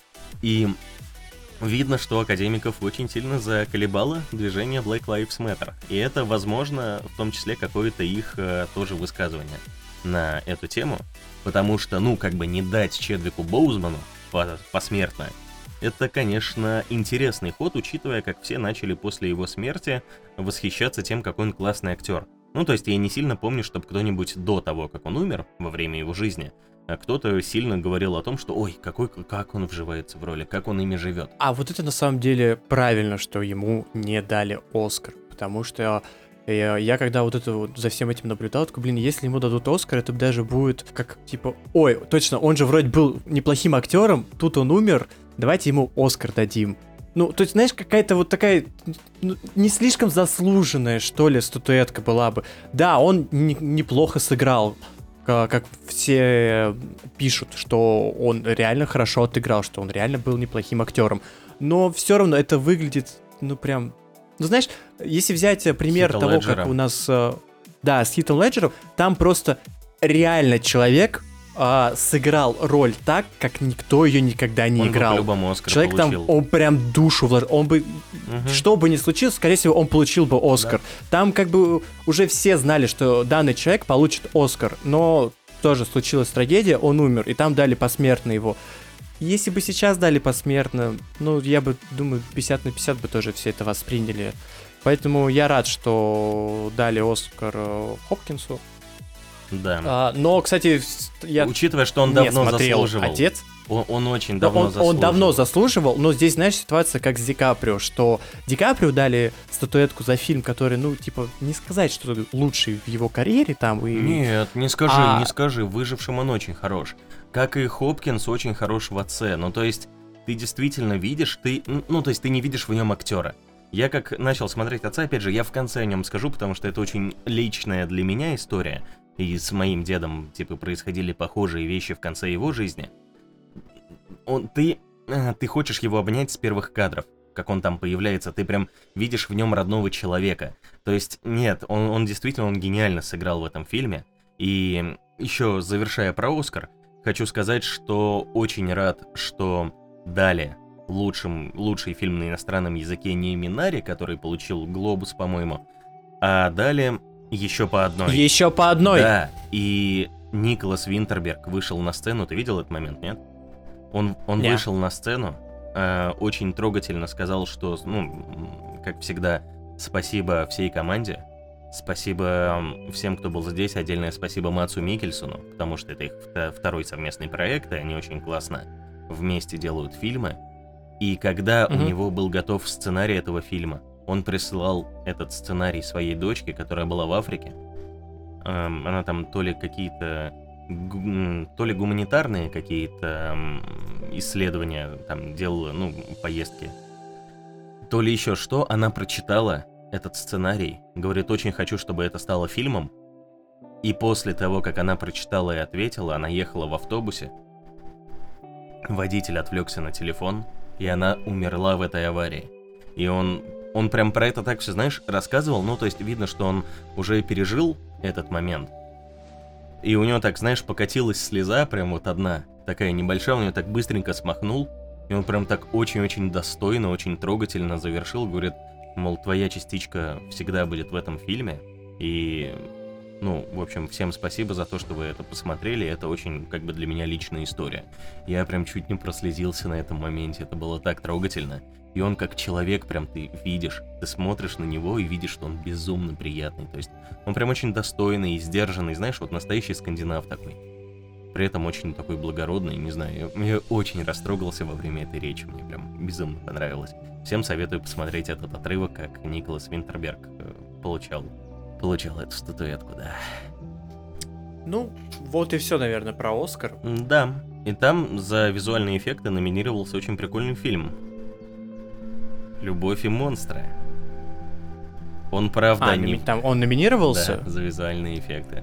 И видно, что академиков очень сильно заколебало движение Black Lives Matter. И это, возможно, в том числе какое-то их тоже высказывание на эту тему. Потому что, не дать Чедвику Боузману посмертно, это, конечно, интересный ход, учитывая, как все начали после его смерти восхищаться тем, какой он классный актер. То есть я не сильно помню, чтобы кто-нибудь до того, как он умер, во время его жизни, кто-то сильно говорил о том, что ой, как он вживается в роли, как он ими живет. А вот это на самом деле правильно, что ему не дали Оскар, потому что я когда за всем этим наблюдал, такой, если ему дадут Оскар, это даже будет как, типа, ой, точно, он же вроде был неплохим актером, тут он умер, давайте ему Оскар дадим. То есть, знаешь, какая-то вот такая не слишком заслуженная, что ли, статуэтка была бы. Да, он неплохо сыграл, как все пишут, что он реально хорошо отыграл, что он реально был неплохим актером. Но все равно это выглядит, знаешь, если взять пример Хита того, Леджера. как у нас... с Хитом Леджером, там просто реально человек... сыграл роль так, как никто ее никогда не играл. Он бы по-любому Оскар человек получил. Там, он прям душу вложил. Он бы, что бы ни случилось, скорее всего, он получил бы Оскар. Да. Там как бы уже все знали, что данный человек получит Оскар, но тоже случилась трагедия, он умер, и там дали посмертно его. Если бы сейчас дали посмертно, я бы, думаю, 50 на 50 бы тоже все это восприняли. Поэтому я рад, что дали Оскар Хопкинсу. Да. Но, кстати, я учитывая, что он давно заслуживал. «Отец». Он очень давно заслуживал. Он давно заслуживал, но здесь, знаешь, ситуация как с Ди Каприо, что Ди Каприо дали статуэтку за фильм, который, не сказать, что лучший в его карьере там. Нет, не скажи, «Выжившим» он очень хорош. Как и Хопкинс очень хорош в «Отце». То есть, ты действительно видишь, ты не видишь в нем актера. Я как начал смотреть «Отца», опять же, я в конце о нем скажу, потому что это очень личная для меня история. И с моим дедом, происходили похожие вещи в конце его жизни. Ты хочешь его обнять с первых кадров, как он там появляется, ты прям видишь в нем родного человека. То есть, нет, он действительно, он гениально сыграл в этом фильме. И еще завершая про Оскар, хочу сказать, что очень рад, что дали лучший фильм на иностранном языке не Минари, который получил Глобус, по-моему, а дали Еще по одной. Еще по одной. Да, и Николас Винтерберг вышел на сцену, ты видел этот момент, нет? Он Нет. вышел на сцену, очень трогательно сказал, что, ну, как всегда, спасибо всей команде, спасибо всем, кто был здесь, отдельное спасибо Мадсу Миккельсону, потому что это их второй совместный проект, и они очень классно вместе делают фильмы. И когда у него был готов сценарий этого фильма, он присылал этот сценарий своей дочке, которая была в Африке. Она там то ли какие-то, то ли гуманитарные какие-то исследования там делала, ну, поездки, то ли еще что. Она прочитала этот сценарий, говорит, очень хочу, чтобы это стало фильмом. И после того, как она прочитала и ответила, она ехала в автобусе. Водитель отвлекся на телефон, и она умерла в этой аварии. И он прям про это так все, знаешь, рассказывал, ну, то есть видно, что он уже пережил этот момент. И у него так, знаешь, покатилась слеза, прям вот одна, такая небольшая, он ее так быстренько смахнул, и он прям так очень-очень достойно, очень трогательно завершил, говорит, мол, твоя частичка всегда будет в этом фильме, и, ну, в общем, всем спасибо за то, что вы это посмотрели, это очень, как бы, для меня личная история. Я прям чуть не прослезился на этом моменте, это было так трогательно. И он как человек, прям ты видишь, ты смотришь на него и видишь, что он безумно приятный. То есть он прям очень достойный и сдержанный, знаешь, вот настоящий скандинав такой. При этом очень такой благородный, не знаю, я очень растрогался во время этой речи, мне прям безумно понравилось. Всем советую посмотреть этот отрывок, как Николас Винтерберг получал эту статуэтку, да. Ну, вот и все, наверное, про Оскар. Да, и там за визуальные эффекты номинировался очень прикольный фильм. «Любовь и монстры». Он, правда, не... Там он номинировался? Да, за визуальные эффекты.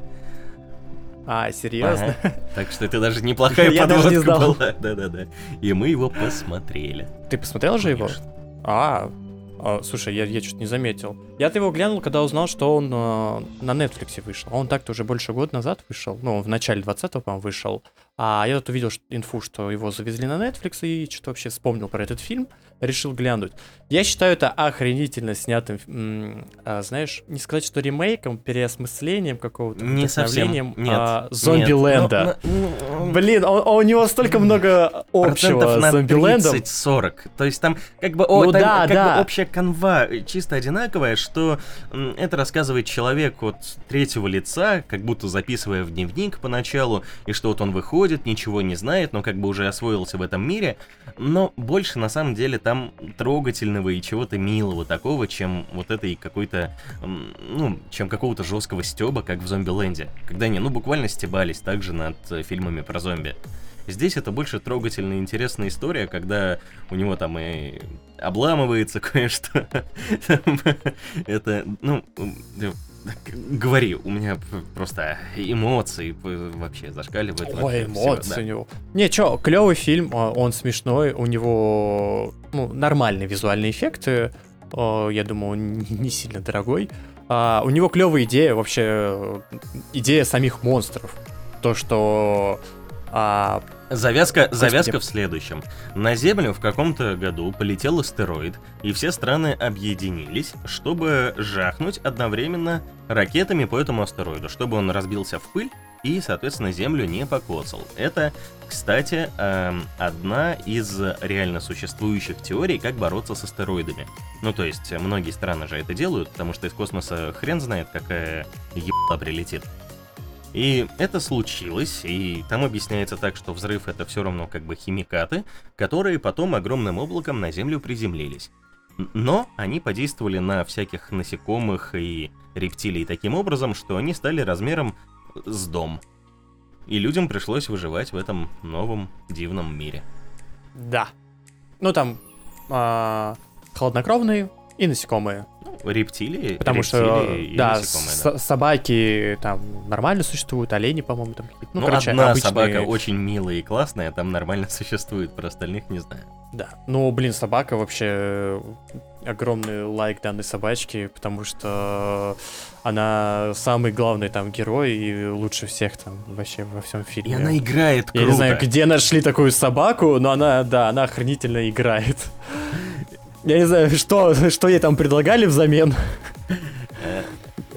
Серьезно? Ага. Так что это даже неплохая Я даже не подводка знал. была. Да-да-да. И мы его посмотрели. Ты посмотрел же его? Конечно. Слушай, я что-то не заметил. Я-то его глянул, когда узнал, что он на Netflix вышел. Он так-то уже больше года назад вышел. Ну, в начале 20-го, по-моему, вышел. А я тут увидел инфу, что его завезли на Netflix, и что-то вообще вспомнил про этот фильм. Решил глянуть. Я считаю это охренительно снятым, знаешь, не сказать, что ремейком, переосмыслением какого-то, Не совсем. Нет. Зомбиленда. Блин, у него столько много общего с Зомбилендом. 30-40. То есть там как бы, бы общая канва чисто одинаковая, что это рассказывает человек от третьего лица, как будто записывая в дневник поначалу, и что вот он выходит, ничего не знает, но как бы уже освоился в этом мире, но больше на самом деле там трогательного и чего-то милого такого, чем вот этой какой-то, чем какого-то жесткого стёба, как в Зомбиленде, когда они, буквально стебались также над фильмами про зомби. Здесь это больше трогательная, интересная история, когда у него там и обламывается кое-что. Это, говори, у меня просто эмоции вообще зашкаливают. Ой, эмоции у него. Не, клевый фильм, он смешной, у него нормальные визуальные эффекты, я думаю, он не сильно дорогой. У него клевая идея, вообще, идея самих монстров. То, что... Завязка в следующем. На Землю в каком-то году полетел астероид, и все страны объединились, чтобы жахнуть одновременно ракетами по этому астероиду, чтобы он разбился в пыль и, соответственно, Землю не покоцал. Это, кстати, одна из реально существующих теорий, как бороться с астероидами. То есть, многие страны же это делают, потому что из космоса хрен знает, какая ебла прилетит. И это случилось, и там объясняется так, что взрыв — это все равно как бы химикаты, которые потом огромным облаком на Землю приземлились. Но они подействовали на всяких насекомых и рептилий таким образом, что они стали размером с дом. И людям пришлось выживать в этом новом дивном мире. Да. Там хладнокровные и насекомые. Рептилии, потому что, и насекомые, собаки там нормально существуют, олени, по-моему, там какие-то. Короче, одна обычные... собака очень милая и классная, там нормально существует, про остальных не знаю. Да, собака вообще огромный лайк данной собачки, потому что она самый главный там герой и лучше всех там вообще во всем фильме. И она играет круто. Я не знаю, где нашли такую собаку, но она охренительно играет. Я не знаю, что ей там предлагали взамен.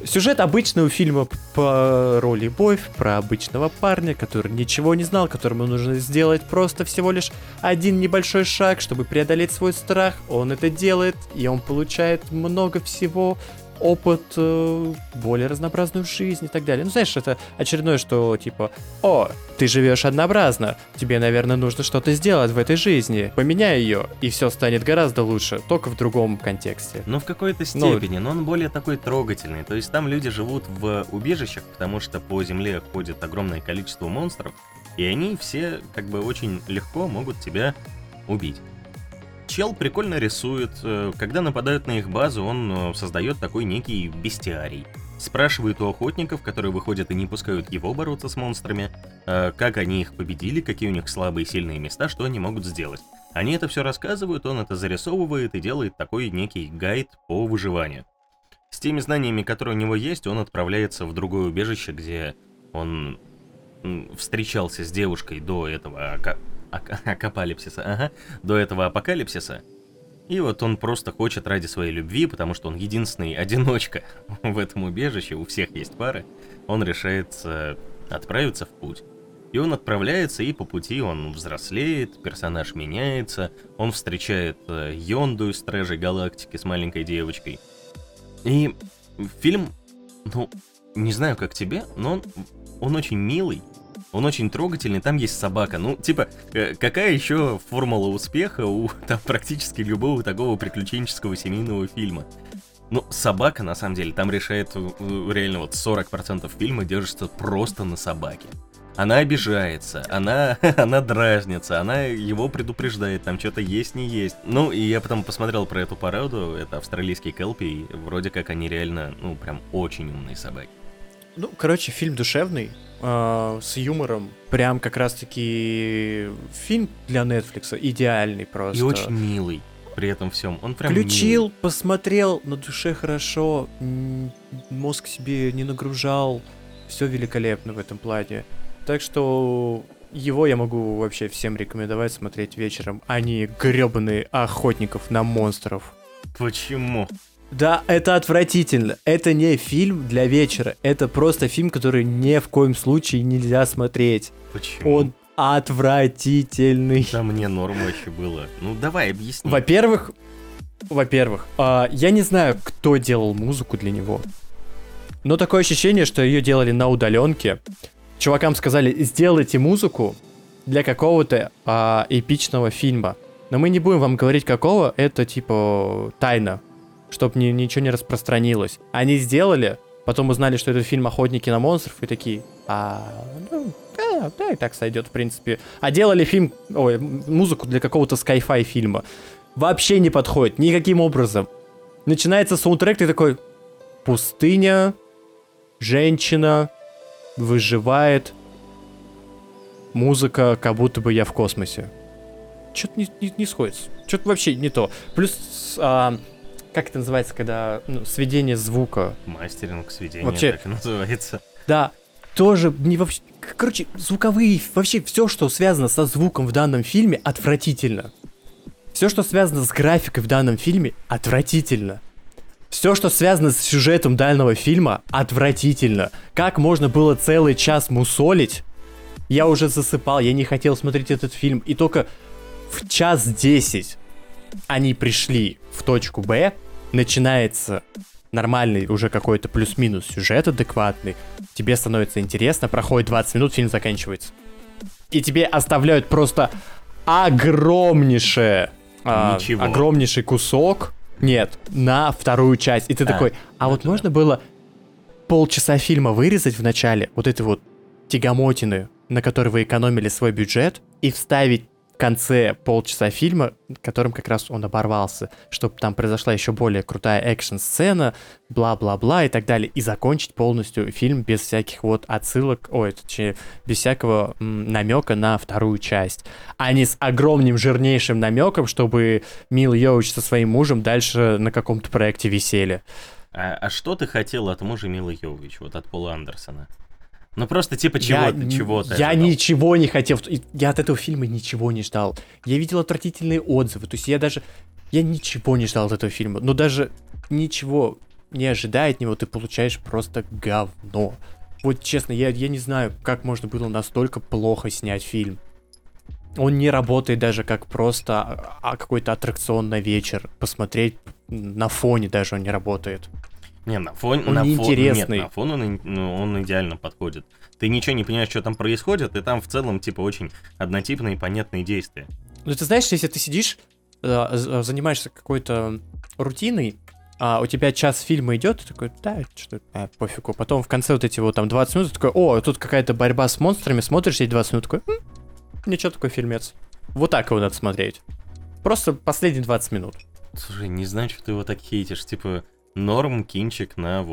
Сюжет обычного фильма про любовь, про обычного парня, который ничего не знал, которому нужно сделать просто всего лишь один небольшой шаг, чтобы преодолеть свой страх. Он это делает, и он получает много всего, опыт, более разнообразную жизнь и так далее. Ну, знаешь, это очередное, что типа, о, ты живешь однообразно, тебе, наверное, нужно что-то сделать в этой жизни, поменяй ее, и все станет гораздо лучше, только в другом контексте. Ну, в какой-то степени, но он более такой трогательный. То есть там люди живут в убежищах, потому что по земле ходит огромное количество монстров, и они все как бы очень легко могут тебя убить. Чел прикольно рисует, когда нападают на их базу, он создает такой некий бестиарий. Спрашивает у охотников, которые выходят и не пускают его бороться с монстрами, как они их победили, какие у них слабые и сильные места, что они могут сделать. Они это все рассказывают, он это зарисовывает и делает такой некий гайд по выживанию. С теми знаниями, которые у него есть, он отправляется в другое убежище, где он встречался с девушкой до этого до этого апокалипсиса. И вот он просто хочет ради своей любви, потому что он единственный одиночка в этом убежище, у всех есть пары, он решает отправиться в путь. И он отправляется, и по пути он взрослеет, персонаж меняется, он встречает Йонду из Стражей Галактики с маленькой девочкой. И фильм, ну, не знаю как тебе, но он очень милый. Он очень трогательный, там есть собака. Ну, типа, какая еще формула успеха у там практически любого такого приключенческого семейного фильма? Ну, собака, на самом деле, там решает реально вот 40% фильма держится просто на собаке. Она обижается, она дразнится, она его предупреждает, там что-то есть, не есть. Ну, и я потом посмотрел про эту породу, это австралийский келпи, и вроде как они реально, ну, прям очень умные собаки. Ну, короче, фильм душевный, с юмором, прям как раз-таки фильм для Netflix идеальный просто. И очень милый при этом всем, он прям включил, милый. Посмотрел, на душе хорошо, мозг себе не нагружал, все великолепно в этом плане. Так что его я могу вообще всем рекомендовать смотреть вечером, а не гребаные охотников на монстров. Почему? Да, это отвратительно. Это не фильм для вечера. Это просто фильм, который ни в коем случае нельзя смотреть. Почему? Он отвратительный. Да мне норм вообще было. Ну давай, объясни. Во-первых, я не знаю, кто делал музыку для него. Но такое ощущение, что ее делали на удаленке. Чувакам сказали, сделайте музыку для какого-то эпичного фильма. Но мы не будем вам говорить какого, это типа тайна, чтобы ничего не распространилось. Они сделали, потом узнали, что это фильм «Охотники на монстров», и такие, да, и так сойдет, в принципе. А делали музыку для какого-то скай-фай фильма. Вообще не подходит, никаким образом. Начинается саундтрек, ты такой, пустыня, женщина, выживает, музыка, как будто бы я в космосе. Что-то не сходится, что-то вообще не то. Плюс... как это называется, когда сведение звука? Мастеринг сведения, вообще, так и называется. Да, тоже не вообще... Короче, звуковые... Вообще все, что связано со звуком в данном фильме, отвратительно. Все, что связано с графикой в данном фильме, отвратительно. Все, что связано с сюжетом данного фильма, отвратительно. Как можно было целый час мусолить? Я уже засыпал, я не хотел смотреть этот фильм. И только в 1:10 они пришли в точку Б, начинается нормальный уже какой-то плюс-минус сюжет адекватный, тебе становится интересно, проходит 20 минут, фильм заканчивается. И тебе оставляют просто огромнейший кусок, на вторую часть. И ты такой, вот можно было полчаса фильма вырезать в начале, вот этой вот тягомотины, на которой вы экономили свой бюджет, и вставить в конце полчаса фильма, которым как раз он оборвался, чтобы там произошла еще более крутая экшн-сцена, бла-бла-бла и так далее, и закончить полностью фильм без всяких вот отсылок, точнее, без всякого намека на вторую часть, а не с огромным жирнейшим намеком, чтобы Мила Йовович со своим мужем дальше на каком-то проекте висели. А что ты хотел от мужа Милы Йовович, вот от Пола Андерсона? Ну просто типа чего-то. Я ничего не хотел. Я от этого фильма ничего не ждал. Я видел отвратительные отзывы. То есть я ничего не ждал от этого фильма. Но даже ничего. не ожидая от него, ты получаешь просто говно. Вот честно, я не знаю, как можно было настолько плохо снять фильм. Он не работает даже как просто какой-то аттракцион на вечер. Посмотреть на фоне даже он не работает. Не, на фон, он неинтересный. Нет, на фон он идеально подходит. Ты ничего не понимаешь, что там происходит, и там в целом, типа, очень однотипные и понятные действия. Ну, ты знаешь, если ты сидишь, занимаешься какой-то рутиной, а у тебя час фильма идет, ты такой, да, что пофигу. Потом в конце вот эти вот там 20 минут, ты такой, о, тут какая-то борьба с монстрами, смотришь эти 20 минут, такой, ничего, такой фильмец. Вот так его надо смотреть. Просто последние 20 минут. Слушай, не знаю, что ты его так хейтишь, типа... Норм кинчик на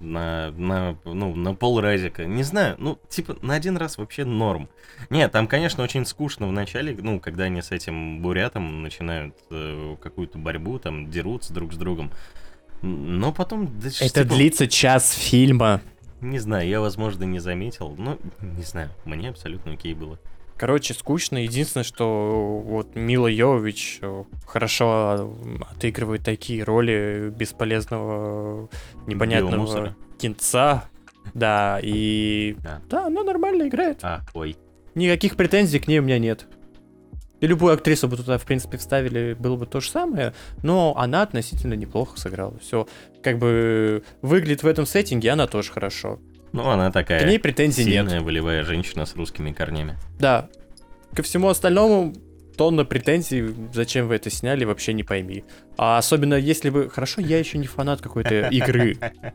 полразика. Не знаю, ну, типа, на один раз вообще норм. Нет, там, конечно, очень скучно в начале, ну, когда они с этим бурятом начинают какую-то борьбу, там, дерутся друг с другом. Но потом... Да, это типа, длится час фильма. Не знаю, я, возможно, не заметил, но, не знаю, мне абсолютно окей было. Короче, скучно. Единственное, что вот Мила Йовович хорошо отыгрывает такие роли бесполезного, непонятного кинца. Да, и... Да, она нормально играет. Ой. Никаких претензий к ней у меня нет. И любую актрису бы туда, в принципе, вставили, было бы то же самое, но она относительно неплохо сыграла. Все, как бы выглядит в этом сеттинге, она тоже хорошо. Ну, она такая к ней претензий сильная, нет. волевая женщина с русскими корнями. Да. Ко всему остальному тонна претензий, зачем вы это сняли, вообще не пойми. А особенно если вы... Хорошо, я еще не фанат какой-то игры.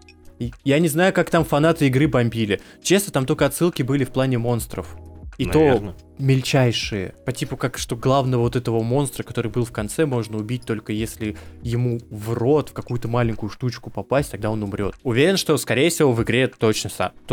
Я не знаю, как там фанаты игры бомбили. Честно, там только отсылки были в плане монстров. И наверное. То мельчайшие. По типу, как что главного вот этого монстра, который был в конце, можно убить только если ему в рот, в какую-то маленькую штучку попасть, тогда он умрет. Уверен, что, скорее всего, в игре точно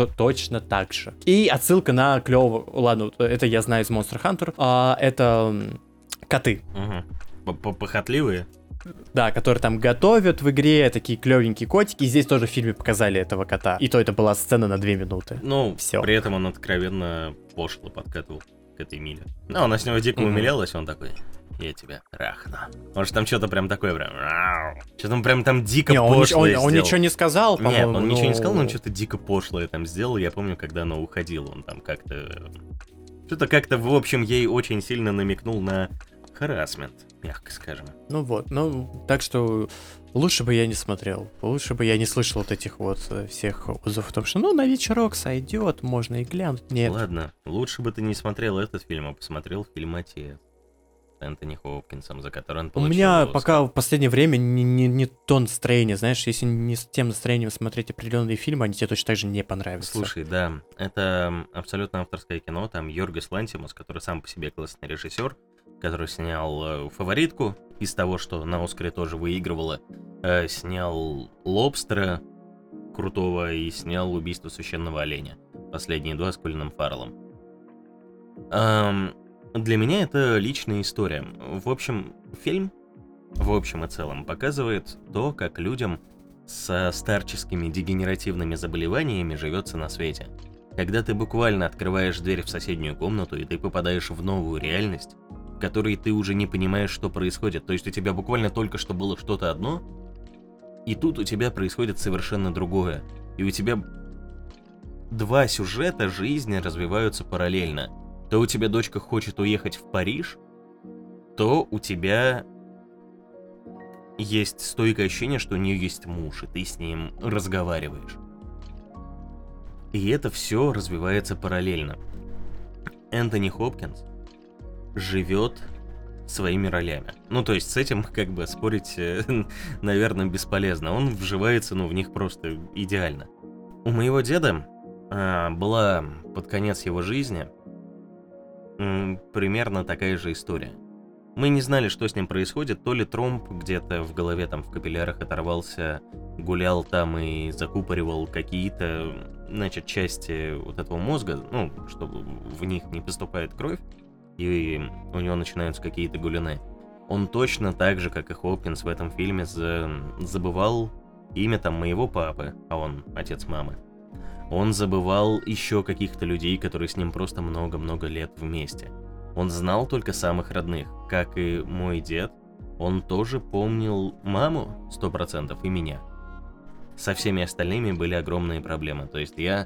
так же. И отсылка на клёво... Ладно, это я знаю из Monster Hunter. Это коты. Угу. Похотливые? Да, которые там готовят в игре, такие клевенькие котики. И здесь тоже в фильме показали этого кота. И то это была сцена на 2 минуты. Ну, все. При этом он откровенно пошло подкатывал к этой Миле. Ну, она с него дико умилялась, он такой, я тебя трахну. Может, там что-то прям такое прям... Что-то он прям там дико пошлое сделал. Он ничего не сказал, по-моему. Нет, он ничего не сказал, но он что-то дико пошлое там сделал. Я помню, когда она уходила, он там как-то... Что-то как-то, в общем, ей очень сильно намекнул на... харассмент, мягко скажем. Ну вот, ну, так что лучше бы я не смотрел, лучше бы я не слышал вот этих вот всех отзывов о том, что ну на вечерок сойдет, можно и глянуть. Нет. Ладно, лучше бы ты не смотрел этот фильм, а посмотрел фильм «Отец» с Энтони Хопкинсом, за который он получил У меня Оскар. пока в последнее время не то настроение, знаешь, если не с тем настроением смотреть определенные фильмы, они тебе точно так же не понравятся. Слушай, да, это абсолютно авторское кино, там Йоргос Лантимос, который сам по себе классный режиссер, который снял «Фаворитку», из того, что на Оскаре тоже выигрывала, снял «Лобстера» крутого и снял «Убийство священного оленя». Последние 2 с Колином Фарреллом. Для меня это личная история. В общем, фильм, в общем и целом, показывает то, как людям со старческими дегенеративными заболеваниями живется на свете. Когда ты буквально открываешь дверь в соседнюю комнату, и ты попадаешь в новую реальность, в которой ты уже не понимаешь, что происходит. То есть у тебя буквально только что было что-то одно, и тут у тебя происходит совершенно другое. И у тебя 2 сюжета жизни развиваются параллельно. То у тебя дочка хочет уехать в Париж, то у тебя есть стойкое ощущение, что у нее есть муж, и ты с ним разговариваешь. И это все развивается параллельно. Энтони Хопкинс живет своими ролями. Ну, то есть с этим как бы спорить, наверное, бесполезно. Он вживается, в них просто идеально. У моего деда была под конец его жизни примерно такая же история. Мы не знали, что с ним происходит, то ли тромб где-то в голове, там в капиллярах оторвался, гулял там и закупоривал какие-то, части вот этого мозга, чтобы в них не поступает кровь, и у него начинаются какие-то гулины. Он точно так же, как и Хопкинс в этом фильме, забывал имя там моего папы, а он отец мамы. Он забывал еще каких-то людей, которые с ним просто много-много лет вместе. Он знал только самых родных, как и мой дед. Он тоже помнил маму 100% и меня. со всеми остальными были огромные проблемы. То есть я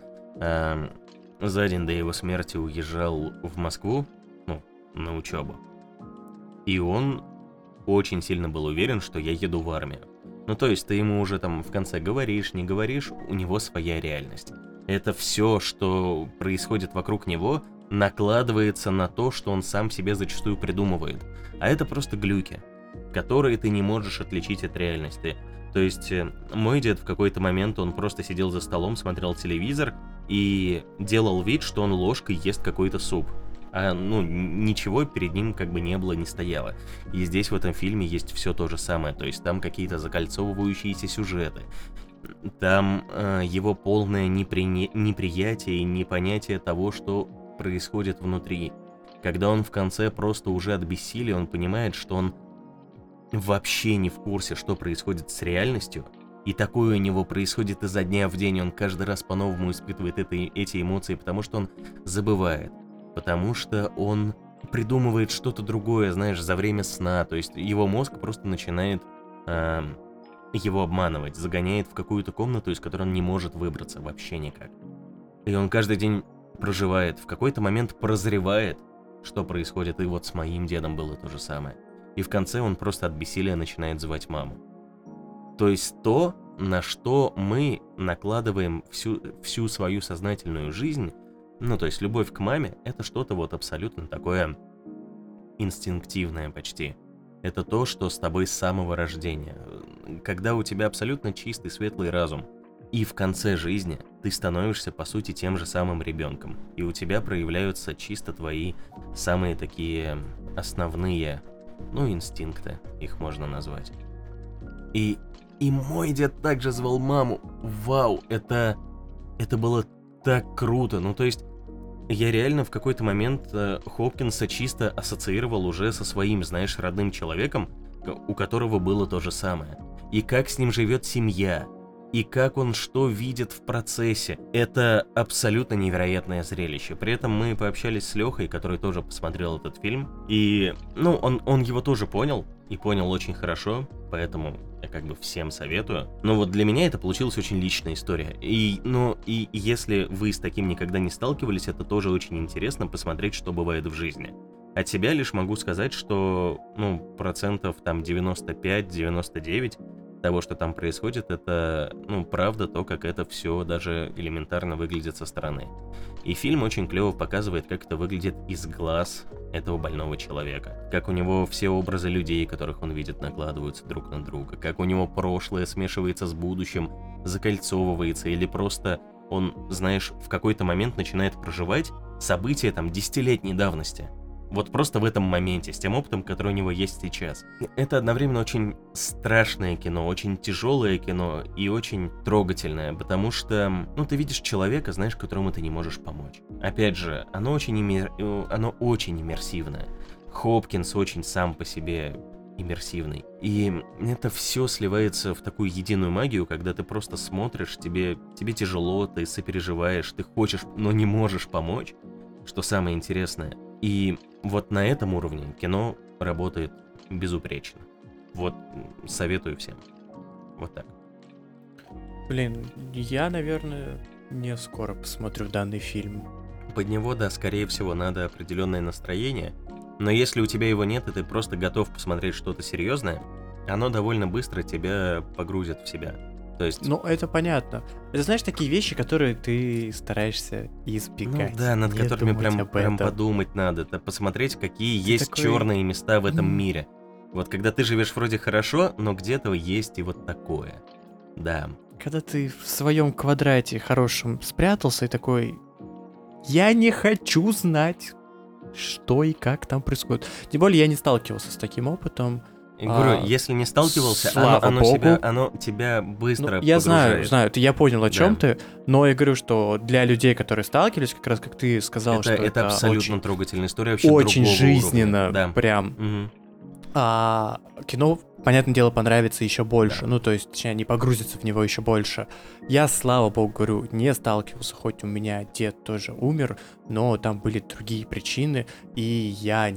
за день до его смерти уезжал в Москву, ну, на учебу. И он очень сильно был уверен, что я еду в армию. Ну, то есть ты ему уже там в конце говоришь, не говоришь, у него своя реальность. Это все, что происходит вокруг него, накладывается на то, что он сам себе зачастую придумывает. А это просто глюки, которые ты не можешь отличить от реальности. То есть мой дед в какой-то момент, он просто сидел за столом, смотрел телевизор и делал вид, что он ложкой ест какой-то суп. А, ну, ничего перед ним как бы не было, не стояло. И здесь в этом фильме есть все то же самое. То есть там какие-то закольцовывающиеся сюжеты. Там его полное неприятие и непонятие того, что происходит внутри. Когда он в конце просто уже от бессилия, он понимает, что он вообще не в курсе, что происходит с реальностью, и такое у него происходит изо дня в день, он каждый раз по-новому испытывает эти эмоции, потому что он забывает, потому что он придумывает что-то другое, знаешь, за время сна, то есть его мозг просто начинает его обманывать, загоняет в какую-то комнату, из которой он не может выбраться вообще никак. И он каждый день проживает, в какой-то момент прозревает, что происходит, и вот с моим дедом было то же самое. И в конце он просто от бессилия начинает звать маму. То есть то, на что мы накладываем всю свою сознательную жизнь, ну то есть любовь к маме, это что-то вот абсолютно такое инстинктивное почти. Это то, что с тобой с самого рождения. Когда у тебя абсолютно чистый, светлый разум, и в конце жизни ты становишься, по сути, тем же самым ребенком. И у тебя проявляются чисто твои самые такие основные, ну, инстинкты, их можно назвать. И мой дед также звал маму. Вау, это было так круто. Ну, то есть, я реально в какой-то момент Хопкинса чисто ассоциировал уже со своим, знаешь, родным человеком, у которого было то же самое. И как с ним живет семья, и как он что видит в процессе. Это абсолютно невероятное зрелище. При этом мы пообщались с Лехой, который тоже посмотрел этот фильм. И, ну, он его тоже понял, и понял очень хорошо, поэтому я как бы всем советую. Но вот для меня это получилась очень личная история. И если вы с таким никогда не сталкивались, это тоже очень интересно посмотреть, что бывает в жизни. От себя лишь могу сказать, что, ну, процентов там 95-99 того, что там происходит, это, ну, правда то, как это все даже элементарно выглядит со стороны. И фильм очень клево показывает, как это выглядит из глаз этого больного человека. Как у него все образы людей, которых он видит, накладываются друг на друга. Как у него прошлое смешивается с будущим, закольцовывается, или просто он, знаешь, в какой-то момент начинает проживать события там 10-летней давности. Вот просто в этом моменте, с тем опытом, который у него есть сейчас. Это одновременно очень страшное кино, очень тяжелое кино и очень трогательное, потому что, ну, ты видишь человека, знаешь, которому ты не можешь помочь. Опять же, оно очень иммерсивное. Хопкинс очень сам по себе иммерсивный. И это все сливается в такую единую магию, когда ты просто смотришь, тебе тяжело, ты сопереживаешь, ты хочешь, но не можешь помочь, что самое интересное. И вот на этом уровне кино работает безупречно. Вот, советую всем. Вот так. Блин, я, наверное, не скоро посмотрю данный фильм. Под него, да, скорее всего, надо определенное настроение. Но если у тебя его нет, и ты просто готов посмотреть что-то серьезное, оно довольно быстро тебя погрузит в себя. То есть... Ну, это понятно. Это, знаешь, такие вещи, которые ты стараешься избегать. Ну да, над не которыми думать прям подумать надо. Это посмотреть, какие Ты есть такой... черные места в этом мире. Вот когда ты живешь вроде хорошо, но где-то есть и вот такое. Да. Когда ты в своем квадрате хорошем спрятался и такой... Я не хочу знать, что и как там происходит. Тем более я не сталкивался с таким опытом. Я говорю, если не сталкивался, оно тебя быстро я погружает. знаю, я понял, о чем Да. ты, но я говорю, что для людей, которые сталкивались, как раз как ты сказал, что Это абсолютно очень, трогательная история, вообще очень другого жизненно, уровня. Да. прям. Мгм. А кино, понятное дело, понравится еще больше. Да. Ну, то есть, точнее, они погрузятся в него еще больше. Я, слава богу, говорю, не сталкивался, хоть у меня дед тоже умер, но там были другие причины, и я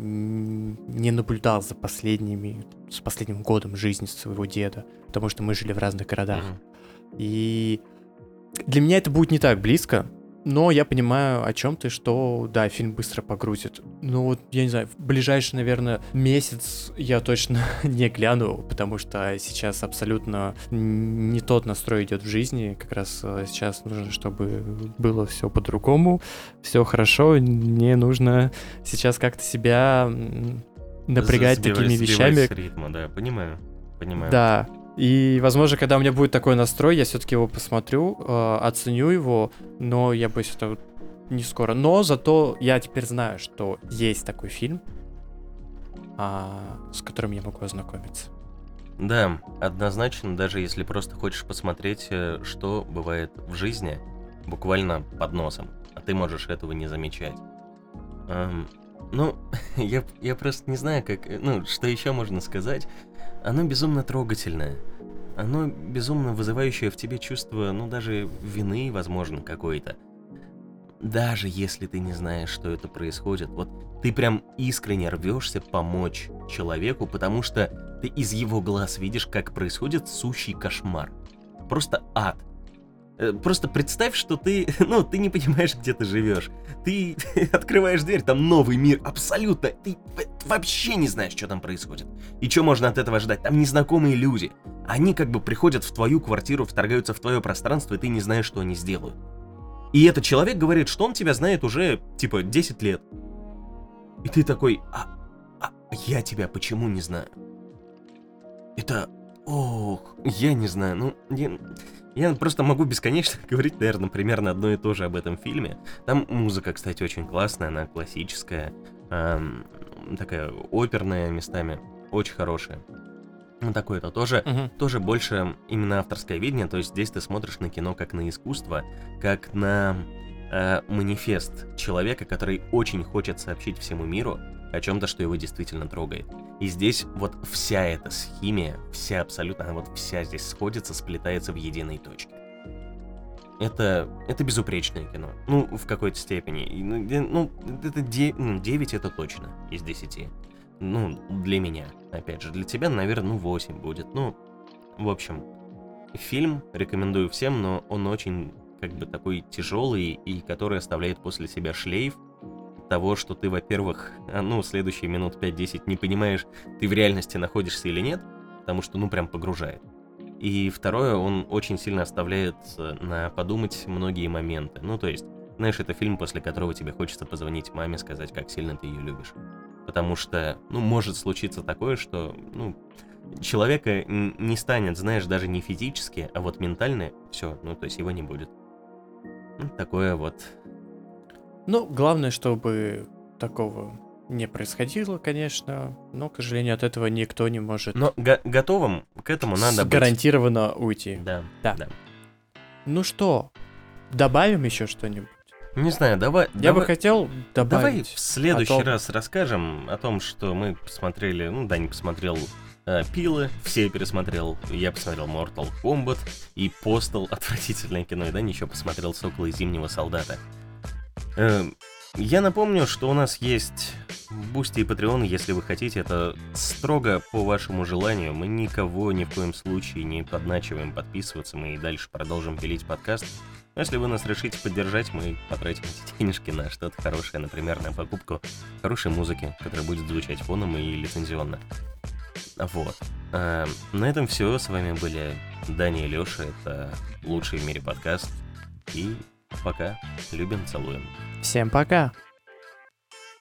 не наблюдал с последним годом жизни своего деда, потому что мы жили в разных городах. Мгм. И для меня это будет не так близко, но я понимаю, о чем ты, что, да, фильм быстро погрузит. Ну вот, я не знаю, в ближайший, наверное, месяц я точно не гляну, потому что сейчас абсолютно не тот настрой идет в жизни. Как раз сейчас нужно, чтобы было все по-другому, все хорошо. Мне нужно сейчас как-то себя напрягать такими вещами. С ритма, да, понимаю. Да. И, возможно, когда у меня будет такой настрой, я все-таки его посмотрю, оценю его, но я боюсь, это не скоро. Но зато я теперь знаю, что есть такой фильм, с которым я могу ознакомиться. Да, однозначно, даже если просто хочешь посмотреть, что бывает в жизни, буквально под носом, а ты можешь этого не замечать. Ну, я просто не знаю, что еще можно сказать. Оно безумно трогательное. Оно безумно вызывающее в тебе чувство, даже вины, возможно, какой-то. Даже если ты не знаешь, что это происходит, вот ты прям искренне рвешься помочь человеку, потому что ты из его глаз видишь, как происходит сущий кошмар. Просто ад. Просто представь, что ты не понимаешь, где ты живешь. Ты открываешь дверь, там новый мир, абсолютно. Ты вообще не знаешь, что там происходит. И что можно от этого ждать? Там незнакомые люди. Они как бы приходят в твою квартиру, вторгаются в твое пространство, и ты не знаешь, что они сделают. И этот человек говорит, что он тебя знает уже, 10 лет. И ты такой, я тебя почему не знаю? Это... я не знаю, я просто могу бесконечно говорить, наверное, примерно одно и то же об этом фильме. Там музыка, кстати, очень классная, она классическая, такая оперная местами, очень хорошая. Такое-то тоже больше именно авторское видение, то есть здесь ты смотришь на кино как на искусство, как на манифест человека, который очень хочет сообщить всему миру о чем-то, что его действительно трогает. И здесь вот вся эта химия, вся абсолютно, она вот вся здесь сходится, сплетается в единой точке. Это безупречное кино. В какой-то степени. Это 9 это точно из 10. Для меня. Опять же, для тебя, наверное, 8 будет. В общем, фильм рекомендую всем, но он очень, такой тяжелый и который оставляет после себя шлейф того, что ты, во-первых, следующие минут 5-10 не понимаешь, ты в реальности находишься или нет, потому что, прям погружает. И второе, он очень сильно оставляет на подумать многие моменты. То есть, знаешь, это фильм, после которого тебе хочется позвонить маме, сказать, как сильно ты ее любишь. Потому что, может случиться такое, что, человека не станет, знаешь, даже не физически, а вот ментально, все, то есть его не будет. Такое вот... главное, чтобы такого не происходило, конечно, но, к сожалению, от этого никто не может... Но готовым к этому надо быть. Гарантированно уйти. Да. Ну что, добавим еще что-нибудь? Не знаю, давай... Я бы хотел добавить... Давай в следующий раз расскажем о том, что мы посмотрели... Даня посмотрел Пилы, все пересмотрел. Я посмотрел Mortal Kombat и Postal, отвратительное кино. И Даня еще посмотрел Сокола и Зимнего Солдата. Я напомню, что у нас есть Бусти и Patreon, если вы хотите, это строго по вашему желанию. Мы никого ни в коем случае не подначиваем подписываться, мы и дальше продолжим пилить подкаст. Но если вы нас решите поддержать, мы потратим эти денежки на что-то хорошее, например, на покупку хорошей музыки, которая будет звучать фоном и лицензионно. Вот. На этом все. С вами были Даня и Леша, это лучший в мире подкаст. И пока. Любим, целуем. Всем пока.